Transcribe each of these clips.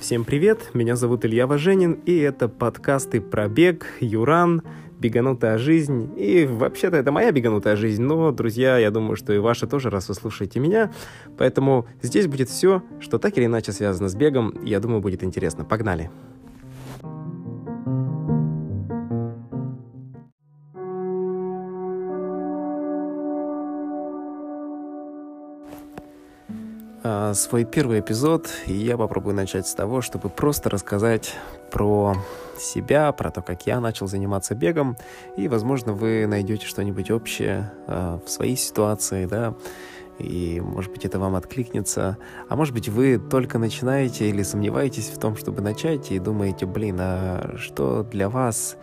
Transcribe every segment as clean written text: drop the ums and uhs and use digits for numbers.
Всем привет, меня зовут Илья Важенин, и это подкасты про бег, юран, беганутая жизнь. И вообще-то это моя беганутая жизнь, но, друзья, я думаю, что и ваша тоже, раз вы слушаете меня. Поэтому здесь будет все, что так или иначе связано с бегом, и я думаю, будет интересно. Погнали! Свой первый эпизод я попробую начать с того, чтобы просто рассказать про себя, про то, как я начал заниматься бегом, и, возможно, вы найдете что-нибудь общее в своей ситуации, да, и, может быть, это вам откликнется, а может быть, вы только начинаете или сомневаетесь в том, чтобы начать, и думаете, а что для вас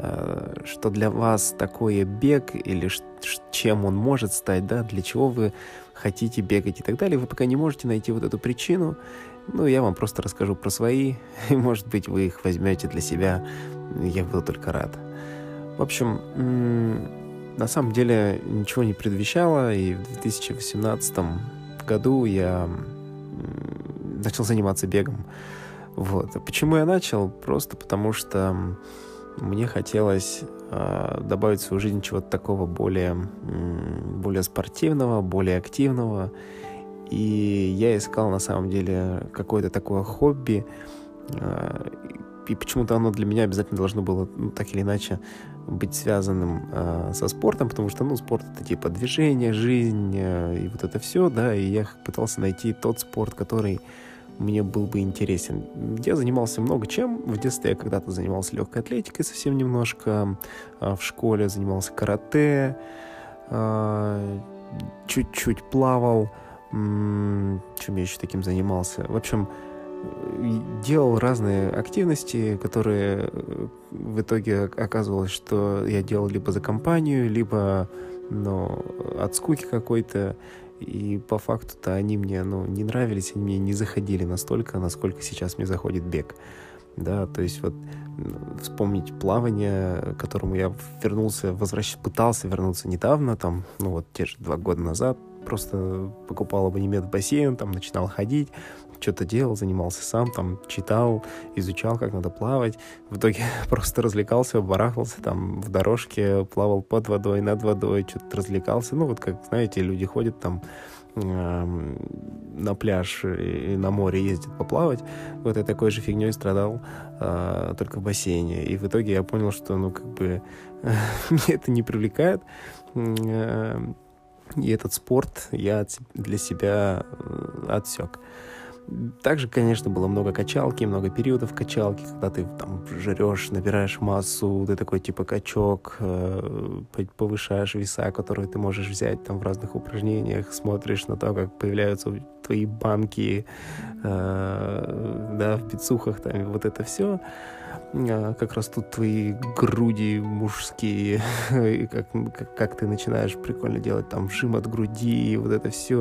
такое бег, или чем он может стать, да, для чего вы хотите бегать и так далее, вы пока не можете найти вот эту причину. Я вам просто расскажу про свои, и, может быть, вы их возьмете для себя, я буду только рад. В общем, на самом деле ничего не предвещало, и в 2018 году я начал заниматься бегом. Вот. А почему я начал? Просто потому что мне хотелось добавить в свою жизнь чего-то такого более спортивного, более активного. И я искал, на самом деле, какое-то такое хобби. И почему-то оно для меня обязательно должно было, так или иначе, быть связанным со спортом, потому что, спорт — это типа движение, жизнь и вот это все, да, и я пытался найти тот спорт, который мне был бы интересен. Я занимался много чем. В детстве я когда-то занимался легкой атлетикой совсем немножко. В школе занимался карате. Чуть-чуть плавал. Чем я еще таким занимался? В общем, делал разные активности, которые в итоге оказывалось, что я делал либо за компанию, либо от скуки какой-то. И по факту-то они мне не нравились, они мне не заходили настолько, насколько сейчас мне заходит бег. Да, то есть вспомнить плавание, к которому я пытался вернуться недавно, те же 2 года назад, просто покупал абонемент в бассейн, начинал ходить, что-то делал, занимался сам, читал, изучал, как надо плавать. В итоге просто развлекался, барахтался в дорожке, плавал под водой, над водой, что-то развлекался. Как, знаете, люди ходят на пляж и на море ездят поплавать. Вот я такой же фигней страдал, только в бассейне. И в итоге я понял, что, меня это не привлекает. И этот спорт я для себя отсек. Также, конечно, было много качалки, много периодов качалки, когда ты жрешь, набираешь массу, ты такой типа качок, повышаешь веса, которые ты можешь взять в разных упражнениях, смотришь на то, как появляются твои банки, в бицухах, вот это все. Как растут твои груди мужские, и как ты начинаешь прикольно делать жим от груди, вот это все.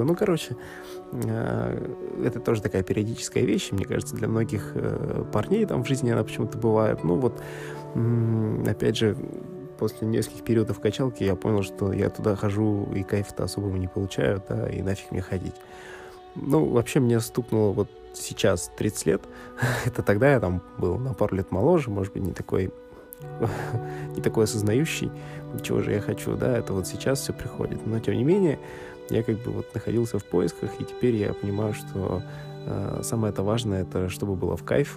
Это тоже такая периодическая вещь, мне кажется, для многих парней в жизни она почему-то бывает. Опять же, после нескольких периодов качалки я понял, что я туда хожу и кайфа-то особого не получаю, да, и нафиг мне ходить. Вообще мне стукнуло сейчас 30 лет. Это тогда я был на пару лет моложе, может быть, не такой осознающий, чего же я хочу, да, это сейчас все приходит. Но, тем не менее, я находился в поисках, и теперь я понимаю, что самое-то важное, это чтобы было в кайф.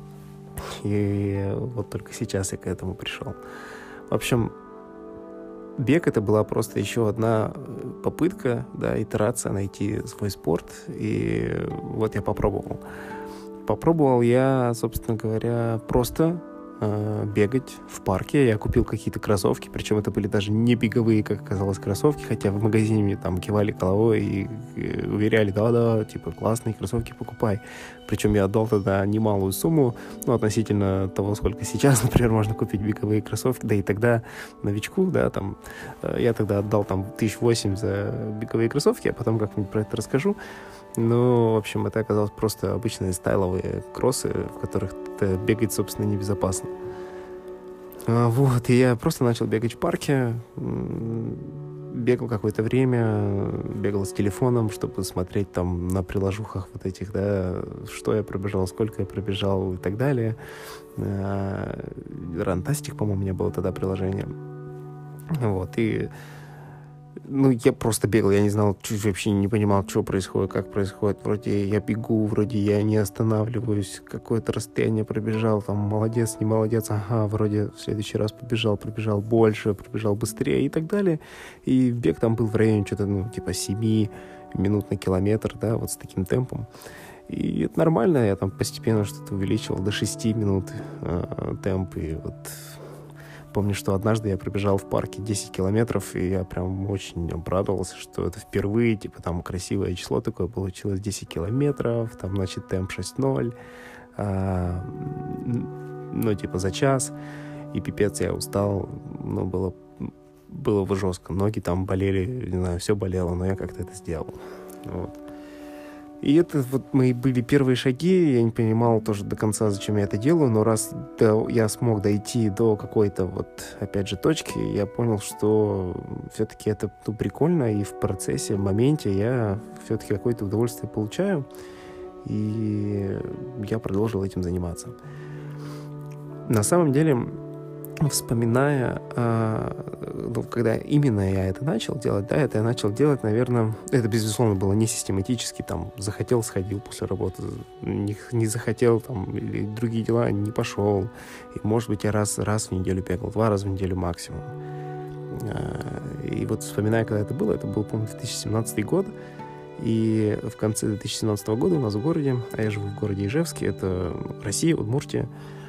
И только сейчас я к этому пришел. В общем, бег — это была просто еще одна попытка, да, итерация найти свой спорт, и я попробовал. Попробовал я, собственно говоря, просто бегать в парке. Я купил какие-то кроссовки, причем это были даже не беговые, как оказалось, кроссовки, хотя в магазине мне кивали головой и уверяли, да, классные кроссовки покупай. Причем я отдал тогда немалую сумму, относительно того, сколько сейчас, например, можно купить беговые кроссовки, да и тогда новичку, да, я тогда отдал 1800 за беговые кроссовки, а потом как-нибудь про это расскажу. В общем, это оказалось просто обычные стайловые кроссы, в которых бегать, собственно, небезопасно. И я просто начал бегать в парке. бегал какое-то время, бегал с телефоном, чтобы смотреть там на приложухах вот этих, да, что я пробежал, сколько я пробежал и так далее. Рантастик, по-моему, у меня было тогда приложение. Вот, и я просто бегал, я не знал, вообще не понимал, что происходит, как происходит. Вроде я бегу, вроде я не останавливаюсь, какое-то расстояние пробежал, там, молодец, не молодец, ага, вроде в следующий раз пробежал больше, пробежал быстрее и так далее. И бег там был в районе что-то, типа 7 минут на километр, да, вот с таким темпом. И это нормально, я там постепенно что-то увеличивал до 6 минут темп, и вот... Помню, что однажды я пробежал в парке 10 километров, и я прям очень обрадовался, что это впервые, типа, там красивое число такое получилось, 10 километров, там, значит, темп 6:0, типа, за час, и пипец, я устал, было бы жестко, ноги там болели, не знаю, все болело, но я как-то это сделал, вот. И это вот мои были первые шаги, я не понимал тоже до конца, зачем я это делаю, но раз я смог дойти до какой-то вот, опять же, точки, я понял, что все-таки это прикольно, и в процессе, в моменте я все-таки какое-то удовольствие получаю, и я продолжил этим заниматься. На самом деле, вспоминая, когда именно я это начал делать, да, это я начал делать, наверное, это, безусловно, было не систематически, там, захотел, сходил после работы, не захотел, там, или другие дела, не пошел, и, может быть, я раз в неделю бегал, 2 раза в неделю максимум. И вот вспоминая, когда это был, по-моему, 2017 год, и в конце 2017 года у нас в городе, а я живу в городе Ижевске, это Россия, Удмуртия,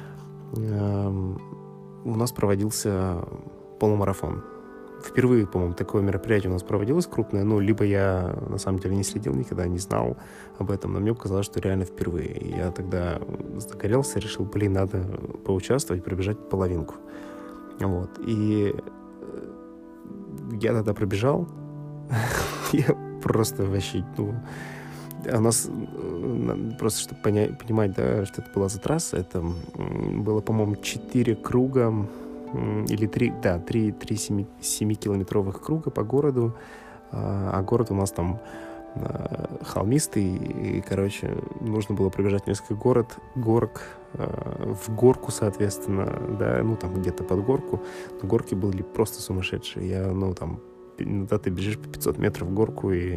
у нас проводился полумарафон. Впервые, по-моему, такое мероприятие у нас проводилось крупное. Либо я, на самом деле, не следил никогда, не знал об этом, но мне показалось, что реально впервые. И я тогда загорелся, решил, надо поучаствовать, пробежать половинку. Вот. И я тогда пробежал. Я просто вообще... У нас, просто чтобы понимать, да, что это была за трасса, это было, по-моему, 4 круга, или 3 7-километровых круга по городу, а город у нас там холмистый, и, короче, нужно было пробежать несколько горок, в горку, соответственно, да, там где-то под горку, но горки были просто сумасшедшие. Иногда ты бежишь по 500 метров в горку, и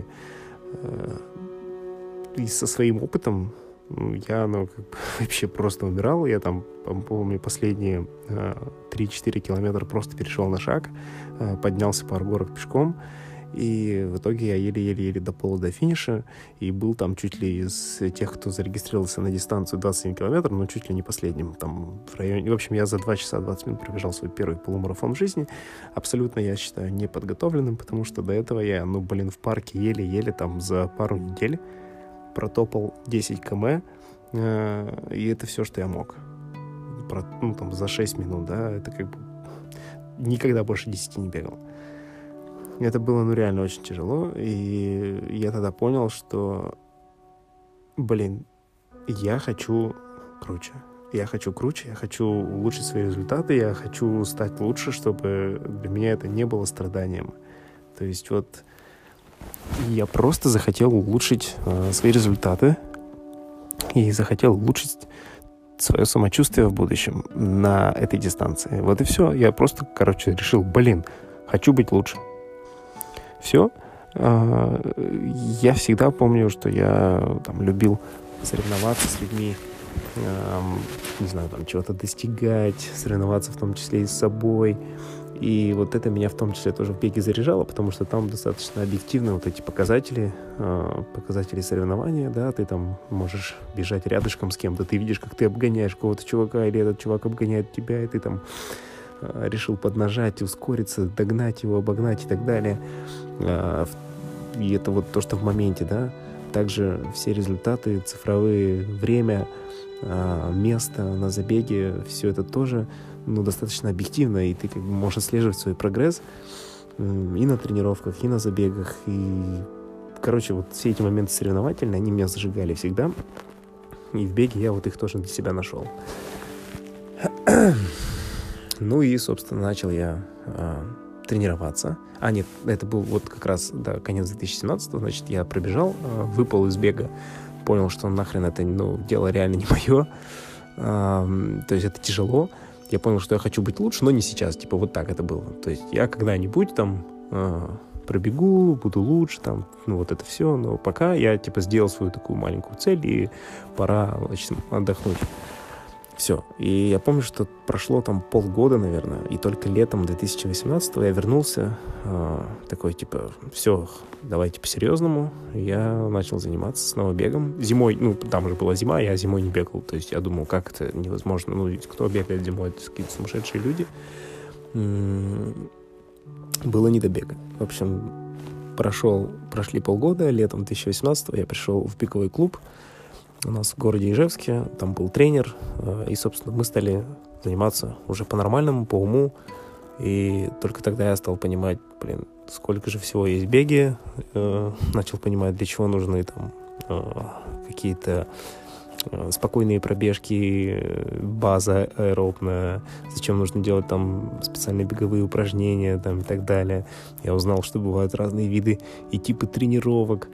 со своим опытом я вообще просто умирал. Я там, помню, последние 3-4 километра просто перешел на шаг, поднялся пару горок пешком, и в итоге я еле-еле дополз до финиша, и был там чуть ли из тех, кто зарегистрировался на дистанцию 27 километров, но чуть ли не последним, там в районе... В общем, я за 2 часа 20 минут пробежал свой первый полумарафон в жизни, абсолютно, я считаю, неподготовленным, потому что до этого я, в парке еле-еле там за пару недель протопал 10 км, и это все, что я мог. За 6 минут, да, это никогда больше 10 не бегал. Это было, реально очень тяжело, и я тогда понял, что, я хочу круче. Я хочу круче, я хочу улучшить свои результаты, я хочу стать лучше, чтобы для меня это не было страданием. То есть я просто захотел улучшить свои результаты и захотел улучшить свое самочувствие в будущем на этой дистанции. Вот и все. Я просто, решил, хочу быть лучше. Все. Я всегда помню, что я любил соревноваться с людьми, не знаю, чего-то достигать, соревноваться в том числе и с собой. И вот это меня в том числе тоже в беге заряжало, потому что там достаточно объективны вот эти показатели соревнования, да, ты там можешь бежать рядышком с кем-то, ты видишь, как ты обгоняешь какого-то чувака, или этот чувак обгоняет тебя, и ты там решил поднажать, ускориться, догнать его, обогнать и так далее. И это вот то, что в моменте, да. Также все результаты, цифровые, время, место на забеге, все это тоже достаточно объективно, и ты можешь отслеживать свой прогресс и на тренировках, и на забегах. И, вот все эти моменты соревновательные, они меня зажигали всегда. И в беге я их тоже для себя нашел. И, собственно, начал я тренироваться. Нет, это был вот как раз, да, конец 2017-го, значит, я пробежал, выпал из бега, понял, что нахрен это, дело реально не мое, то есть это тяжело. Я понял, что я хочу быть лучше, но не сейчас, типа вот так это было. То есть я когда-нибудь там пробегу, буду лучше, там, вот это все, но пока я, типа, сделал свою такую маленькую цель, и пора, значит, отдохнуть. Все. И я помню, что прошло там полгода, наверное, и только летом 2018-го я вернулся, такой, типа, все, давайте по-серьезному. Я начал заниматься снова бегом. Зимой, там же была зима, я зимой не бегал. То есть я думал, как это невозможно. Ведь кто бегает зимой, это какие-то сумасшедшие люди. Было не до бега. В общем, прошли полгода, летом 2018-го я пришел в беговой клуб у нас в городе Ижевске, там был тренер, и, собственно, мы стали заниматься уже по-нормальному, по уму, и только тогда я стал понимать, сколько же всего есть в беге, начал понимать, для чего нужны там какие-то спокойные пробежки, база аэробная, зачем нужно делать там специальные беговые упражнения там, и так далее. Я узнал, что бывают разные виды и типы тренировок.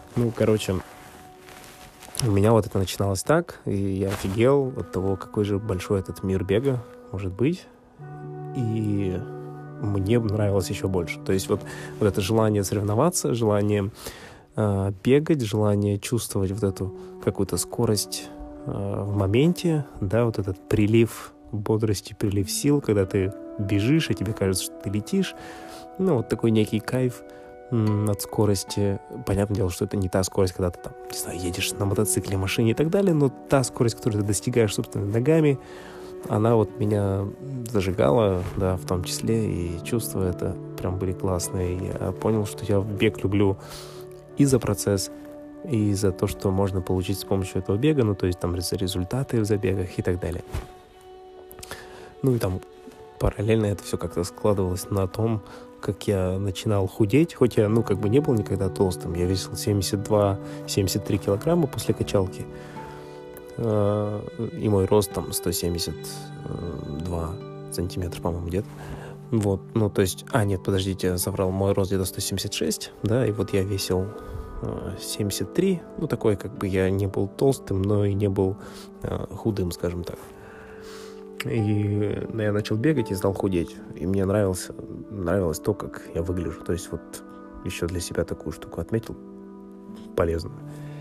У меня вот это начиналось так, и я офигел от того, какой же большой этот мир бега может быть. И мне нравилось еще больше. То есть вот это желание соревноваться, желание бегать, желание чувствовать вот эту какую-то скорость в моменте, да, вот этот прилив бодрости, прилив сил, когда ты бежишь, и тебе кажется, что ты летишь. Вот такой некий кайф от скорости. Понятное дело, что это не та скорость, когда ты там, не знаю, едешь на мотоцикле, машине и так далее, но та скорость, которую ты достигаешь собственными ногами, она вот меня зажигала, да, в том числе, и чувства это прям были классные. Я понял, что я бег люблю и за процесс, и за то, что можно получить с помощью этого бега, то есть там за результаты в забегах и так далее. И там параллельно это все как-то складывалось на том, как я начинал худеть, хоть я, не был никогда толстым. Я весил 72-73 килограмма после качалки, и мой рост там 172 сантиметра, по-моему, где-то. Вот, то есть... нет, подождите, я соврал, мой рост где-то 176, да, и вот я весил 73, такой, я не был толстым, но и не был худым, скажем так. И я начал бегать и стал худеть, и мне нравилось то, как я выгляжу, то есть вот еще для себя такую штуку отметил, полезную.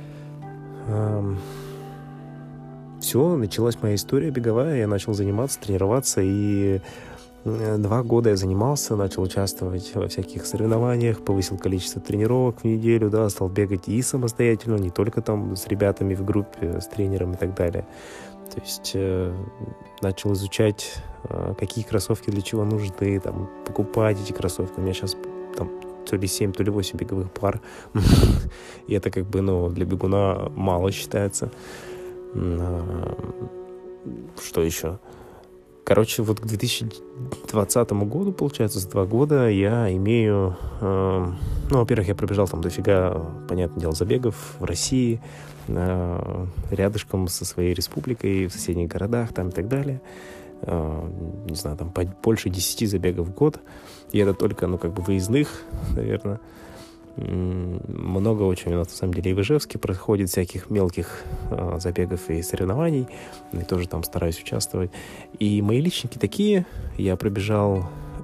Все, началась моя история беговая, я начал заниматься, тренироваться, и 2 года я занимался, начал участвовать во всяких соревнованиях, повысил количество тренировок в неделю, да, стал бегать и самостоятельно, не только там с ребятами в группе, с тренером и так далее. То есть начал изучать, какие кроссовки для чего нужны, там, покупать эти кроссовки. У меня сейчас там то ли 7, то ли 8 беговых пар. И это для бегуна мало считается. Что еще? Короче, вот к 2020 году, получается, за 2 года я имею... во-первых, я пробежал там дофига, понятное дело, забегов в России, рядышком со своей республикой, в соседних городах там и так далее. Не знаю, там больше 10 забегов в год. И это только, выездных, наверное. Много очень у нас, на самом деле, и в Ижевске происходит всяких мелких забегов и соревнований. И тоже там стараюсь участвовать. И мои личники такие. Я пробежал...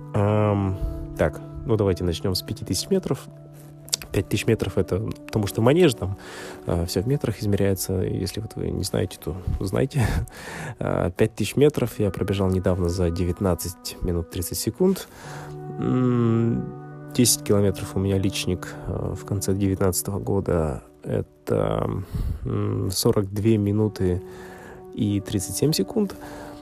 давайте начнем с 5000 метров. 5000 метров — это потому что манеж там все в метрах измеряется. Если вот вы не знаете, то знайте. 5000 метров я пробежал недавно за 19 минут 30 секунд. 10 километров у меня личник в конце 2019 года. Это 42 минуты и 37 секунд.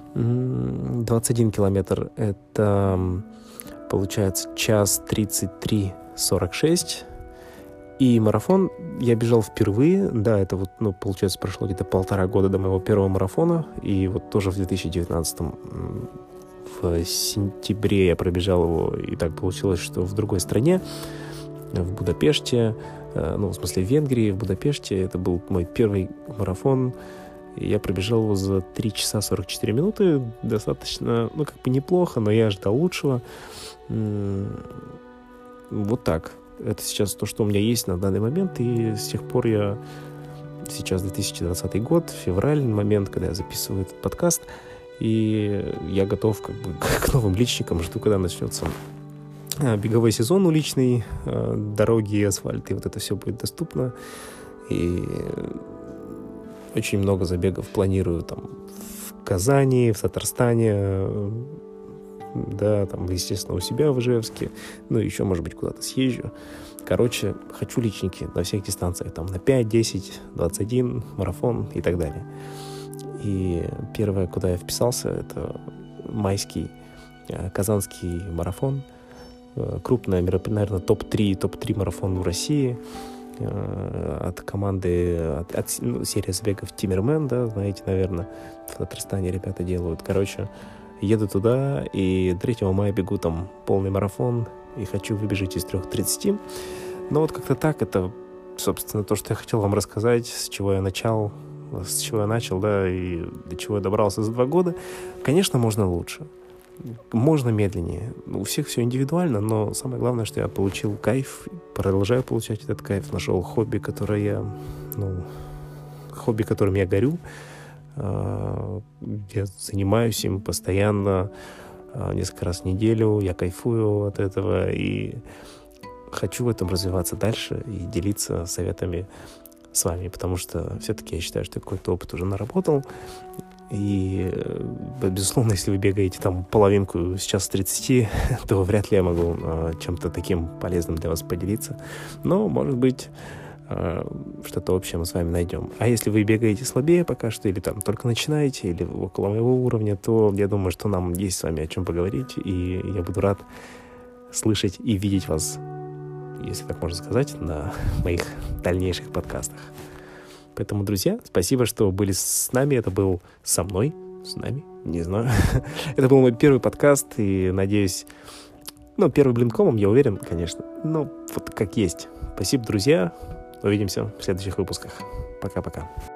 21 километр — это, получается, час 33:46. И марафон я бежал впервые. Да, это вот, получается, прошло где-то 1,5 года до моего первого марафона. И вот тоже в 2019 в сентябре я пробежал его, и так получилось, что в другой стране, в Будапеште, в смысле в Венгрии, в Будапеште. Это был мой первый марафон, И я пробежал его за 3 часа 44 минуты. Достаточно, неплохо, но я ожидал лучшего. Вот так. Это сейчас то, что у меня есть на данный момент. И с тех пор сейчас 2020 год, февраль, момент, когда я записываю этот подкаст. И я готов к новым личникам. Жду, когда начнется беговой сезон уличный, дороги, асфальт, и вот это все будет доступно. И очень много забегов планирую там в Казани, в Татарстане, да, там, естественно, у себя в Ижевске, еще, может быть, куда-то съезжу. Короче, хочу личники на всех дистанциях, там, на 5, 10, 21, марафон и так далее. И первое, куда я вписался, это майский казанский марафон. Крупное мероприятие, наверное, топ-3 марафон в России. От команды, от серии забегов Тиммермен, да, знаете, наверное, в Татарстане ребята делают. Короче, еду туда, и 3 мая бегу там полный марафон, и хочу выбежать из 3:30. Но вот как-то так, это, собственно, то, что я хотел вам рассказать, с чего я начал, да, и до чего я добрался за 2 года. Конечно, можно лучше. Можно медленнее. У всех все индивидуально, но самое главное, что я получил кайф, продолжаю получать этот кайф, нашел хобби, которым я горю. Я занимаюсь им постоянно, несколько раз в неделю, я кайфую от этого и хочу в этом развиваться дальше и делиться советами с вами, потому что все-таки я считаю, что какой-то опыт уже наработал. И, безусловно, если вы бегаете там половинку с 1:30, то вряд ли я могу чем-то таким полезным для вас поделиться. Но, может быть, что-то общее мы с вами найдем. А если вы бегаете слабее пока что, или там только начинаете, или около моего уровня, то я думаю, что нам есть с вами о чем поговорить, и я буду рад слышать и видеть вас, если так можно сказать, на моих дальнейших подкастах. Поэтому, друзья, спасибо, что были с нами. Это был с нами, не знаю. Это был мой первый подкаст, и, надеюсь, первый блинкомом, я уверен, конечно. Но вот как есть. Спасибо, друзья. Увидимся в следующих выпусках. Пока-пока.